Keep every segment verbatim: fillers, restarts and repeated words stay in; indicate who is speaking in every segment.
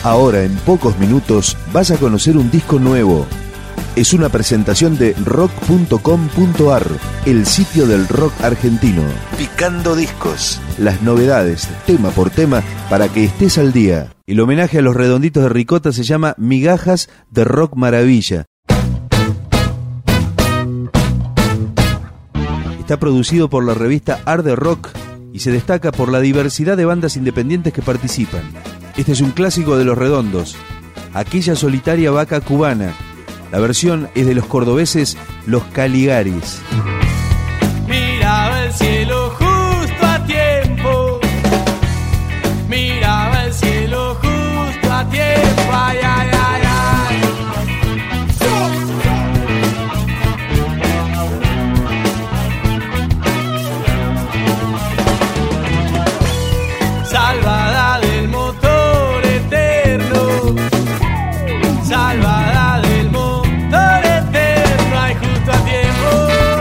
Speaker 1: Ahora, en pocos minutos, vas a conocer un disco nuevo. Es una presentación de rock punto com punto ar, el sitio del rock argentino. Picando discos. Las novedades, tema por tema, para que estés al día. El homenaje a los redonditos de ricota se llama Migajas de Rock Maravilla. Está producido por la revista Art de Rock y se destaca por la diversidad de bandas independientes que participan. Este es un clásico de Los Redondos, Aquella solitaria vaca cubana. La versión es de los cordobeses Los Caligaris.
Speaker 2: Miraba el cielo justo a tiempo, miraba el cielo justo a tiempo, ay, ay, ay, ay. Salvada del motor eterno, salvada del motor eterno, ay, justo a tiempo.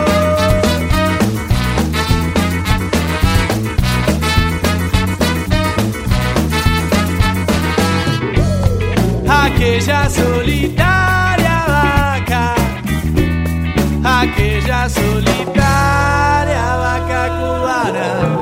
Speaker 2: Aquella solitaria vaca, aquella solitaria vaca cubana.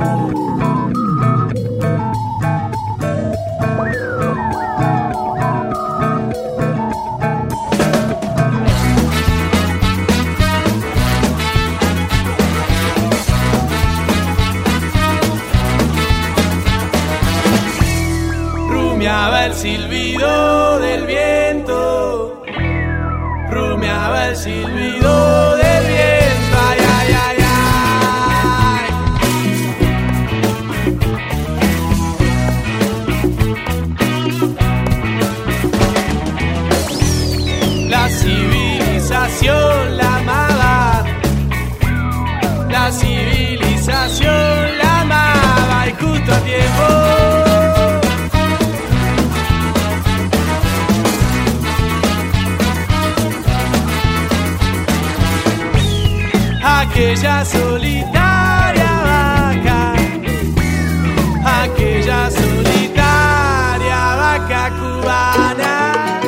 Speaker 2: Rumiaba el silbido del viento, rumiaba el silbido del viento, ay, ay, ay, ay. La civilización la amaba, la civilización la amaba, y justo a tiempo. Aquella solitaria vaca, aquella solitaria vaca cubana.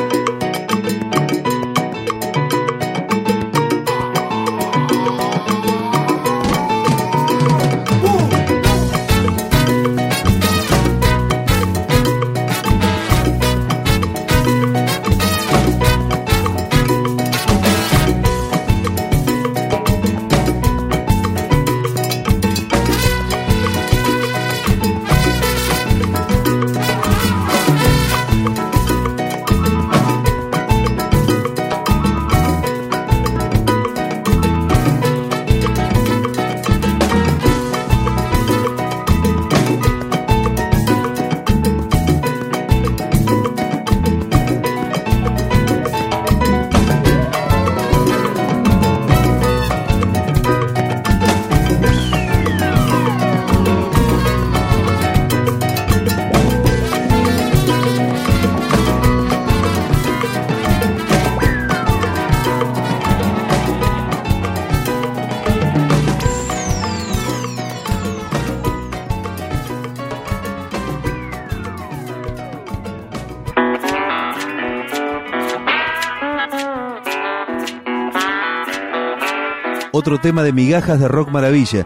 Speaker 1: Otro tema de Migajas de Rock Maravilla.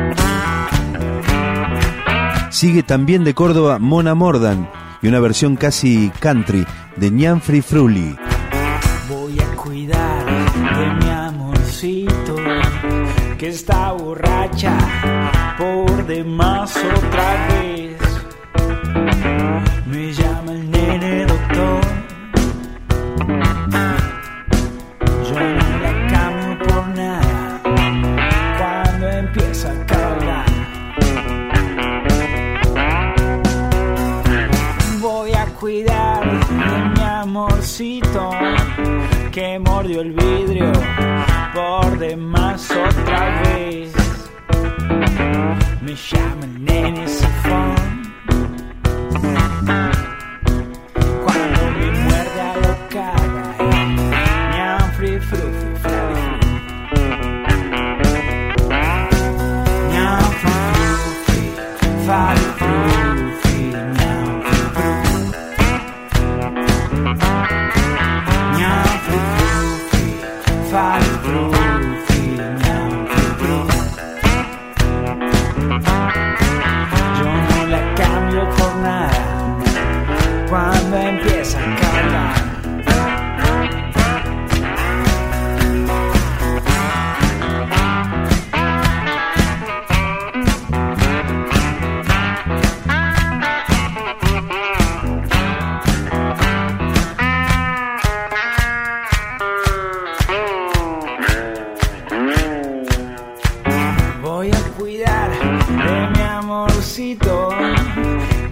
Speaker 1: Sigue también de Córdoba Mona Mordan y una versión casi country de Ñanfri Fruli.
Speaker 3: Voy a cuidar de mi amorcito que está borracha por demás otra vez. Me llama el nene doctor, yo no la cambio por nada cuando empieza a cagar. Voy a cuidar de mi amorcito que mordió el vidrio por demás otra vez. Me llama el nene sifón cuando me muerde a lo caga. Ñanfri frufi frali Ñanfri frufi frali frufi Ñanfri frufi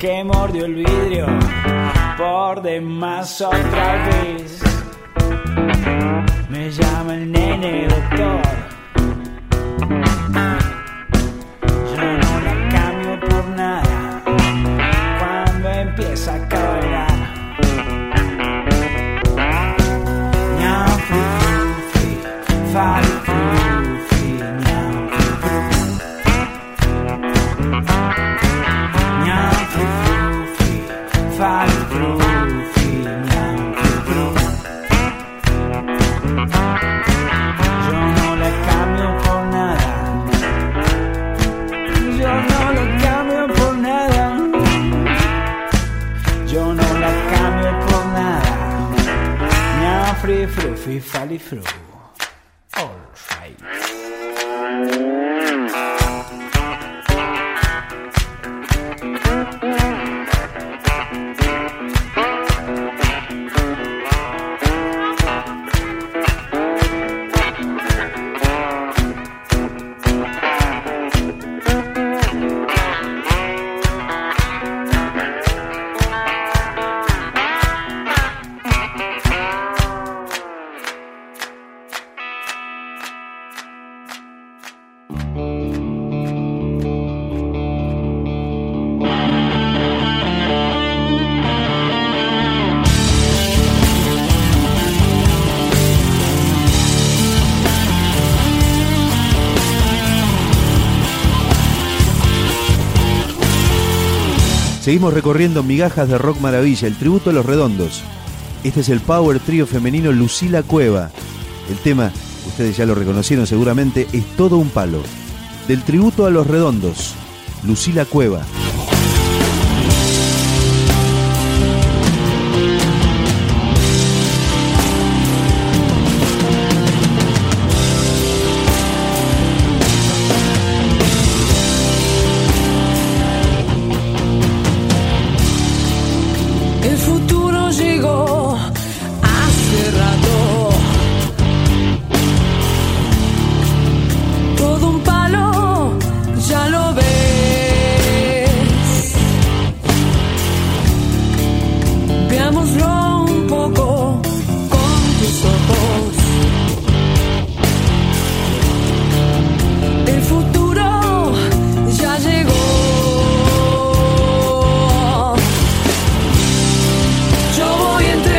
Speaker 3: que mordió el vidrio por demás otra vez. Me llama el nene doctor. Yo no la cambio por nada cuando empieza a caer. Now free, free, free, free, free, now free, free, now free, free, free, free, free, free, free, free. All right.
Speaker 1: Seguimos recorriendo migajas de rock maravilla, el tributo a Los Redondos. Este es el power trío femenino Lucila Cueva. El tema, ustedes ya lo reconocieron seguramente, es Todo un Palo. Del tributo a Los Redondos, Lucila Cueva.
Speaker 4: Yo voy entre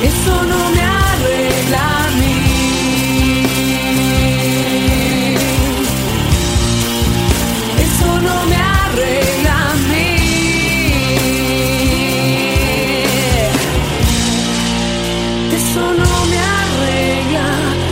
Speaker 3: eso no me arregla a mí. Eso no me arregla a mí. Eso no me arregla a mí.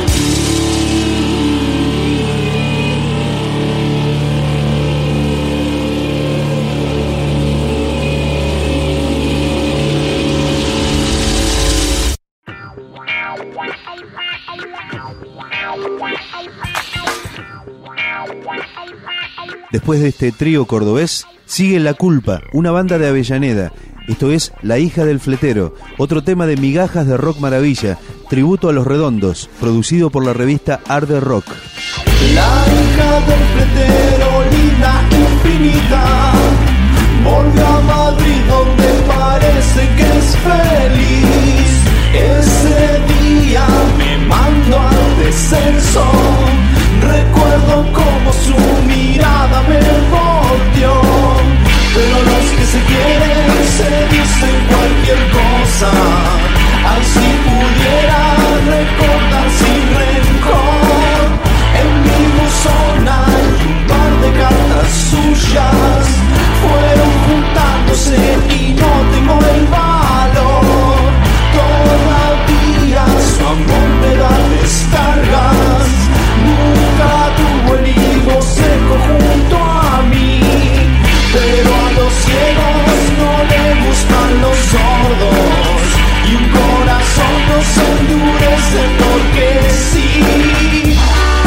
Speaker 1: Después de este trío cordobés, sigue La Culpa, una banda de Avellaneda. Esto es La Hija del Fletero, otro tema de Migajas de Rock Maravilla, tributo a Los Redondos, producido por la revista Arde Rock.
Speaker 4: La hija del fletero, linda infinita, volvió a Madrid donde parece que es feliz. Ese día me mandó al descenso, recuerdo como su mirada me volteó. Pero los que se quieren se dicen cualquier cosa. Ay, si pudiera recordar sin rencor, en mi buzón hay un par de cartas suyas, fueron juntándose y no tengo el valor. Todavía su amor me da descargas, nunca tuvo el higo seco junto a mí. Pero a los ciegos no le gustan los sordos, y un corazón no se endurece porque sí.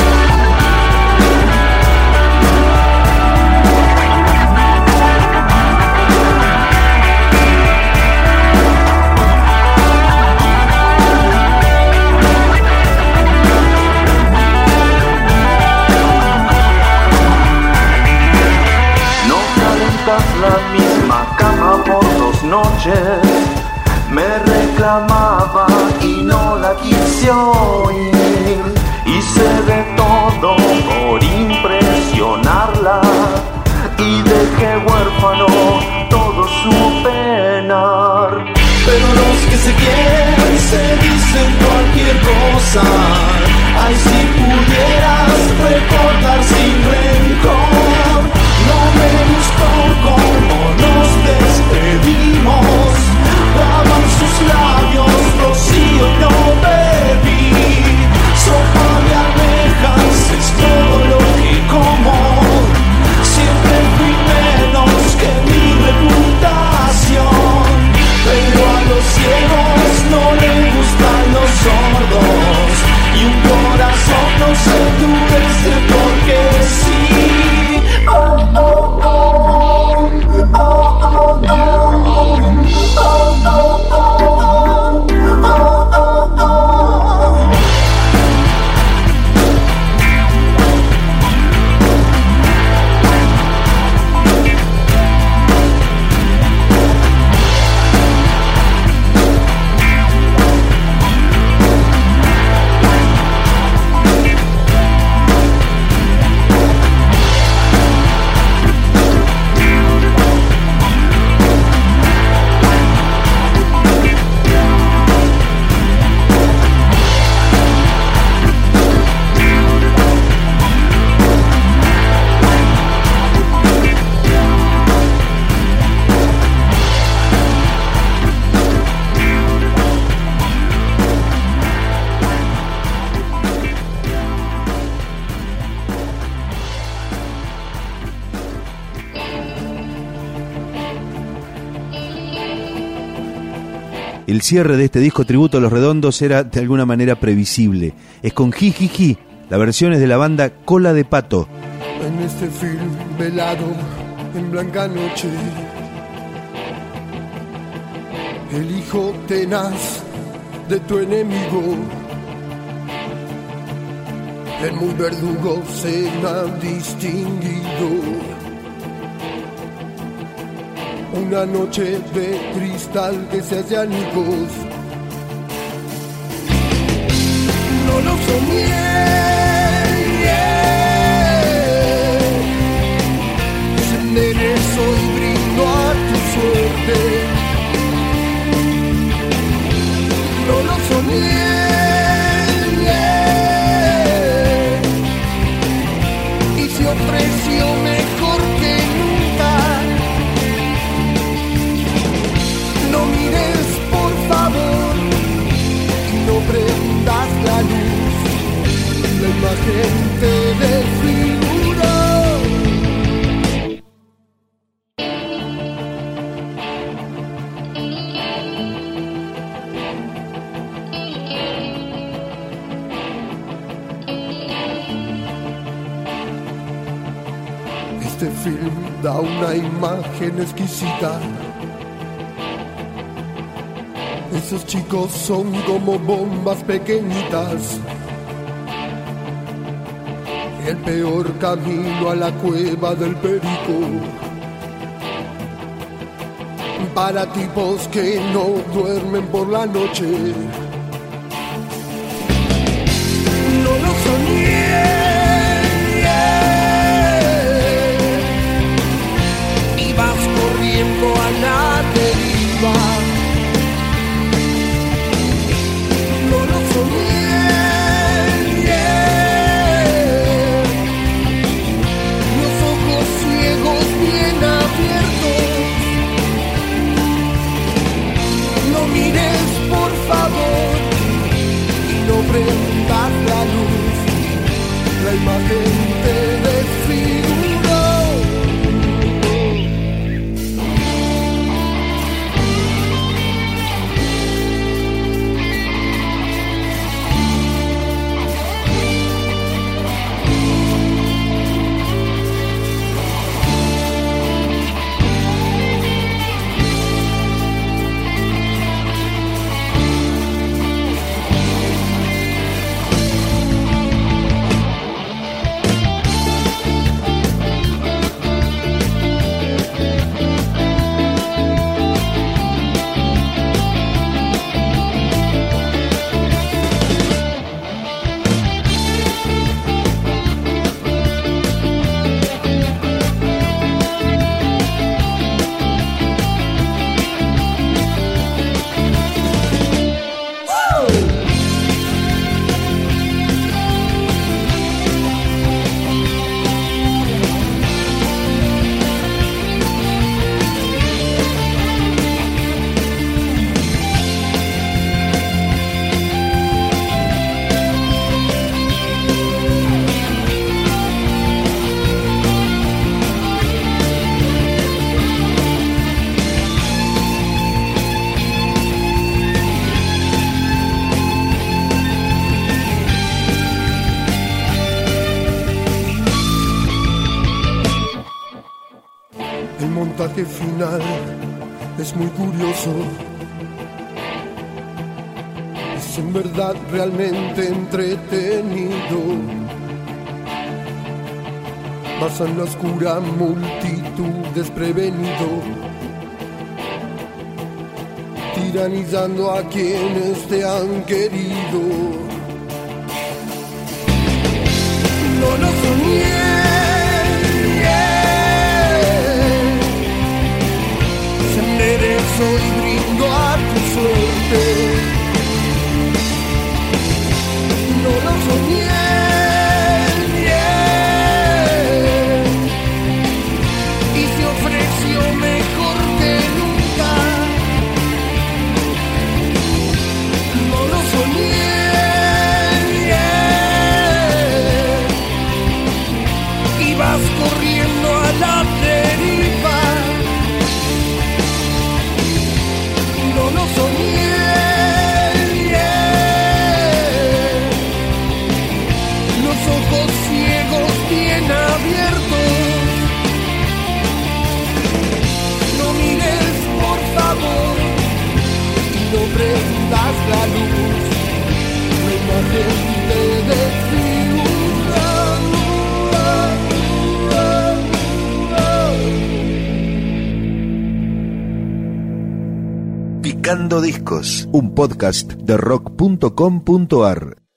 Speaker 4: La misma cama por dos noches, me reclamaba y no la quise oír. Hice de todo por impresionarla y dejé huérfano todo su penar. Pero los que se quieren se dicen cualquier cosa. Ay, si pudieras recordar sin rencor. No me gustó cómo nos despedimos, daban sus labios rocío y no bebí. Sopa de almejas es todo lo que como, siempre fui menos que mi reputación. Pero a los ciegos no les gustan los sordos, y un corazón no se endurece porque sí. Oh, oh, oh, oh, oh, oh, oh, oh, oh, oh, oh, oh.
Speaker 1: El cierre de este disco tributo a Los Redondos era de alguna manera previsible. Es con Jijiji, la versión es de la banda Cola de Pato.
Speaker 5: En este film velado en blanca noche, el hijo tenaz de tu enemigo, el muy verdugo se ha distinguido. Una noche de cristal que se hace añicos. No lo soñé. Enderezo y brindo a tu suerte. No imagen te desfiguró. Este film da una imagen exquisita. Esos chicos son como bombas pequeñitas. El peor camino a la cueva del Perico. Para tipos que no duermen por la noche. No lo soñé. Y vas corriendo a la deriva. No lo soñé. Los ojos ciegos bien abiertos. No mires por favor y no prendas la luz. La imagen te desfiguró. El montaje final es muy curioso. Es en verdad realmente entretenido. Vas en la oscura multitud desprevenido, tiranizando a quienes te han querido. No lo soñé. Y brindo a tu suerte. No lo soñé. Yeah. Y se ofreció mejor que nunca. No lo soñé. Yeah. Y vas corriendo a la deriva. No lo soñé, yeah. Los ojos ciegos bien abiertos. No mires por favor y no prendas la luz. La imagen te desfigura.
Speaker 1: Picando Discos, un podcast de rock punto com punto ar.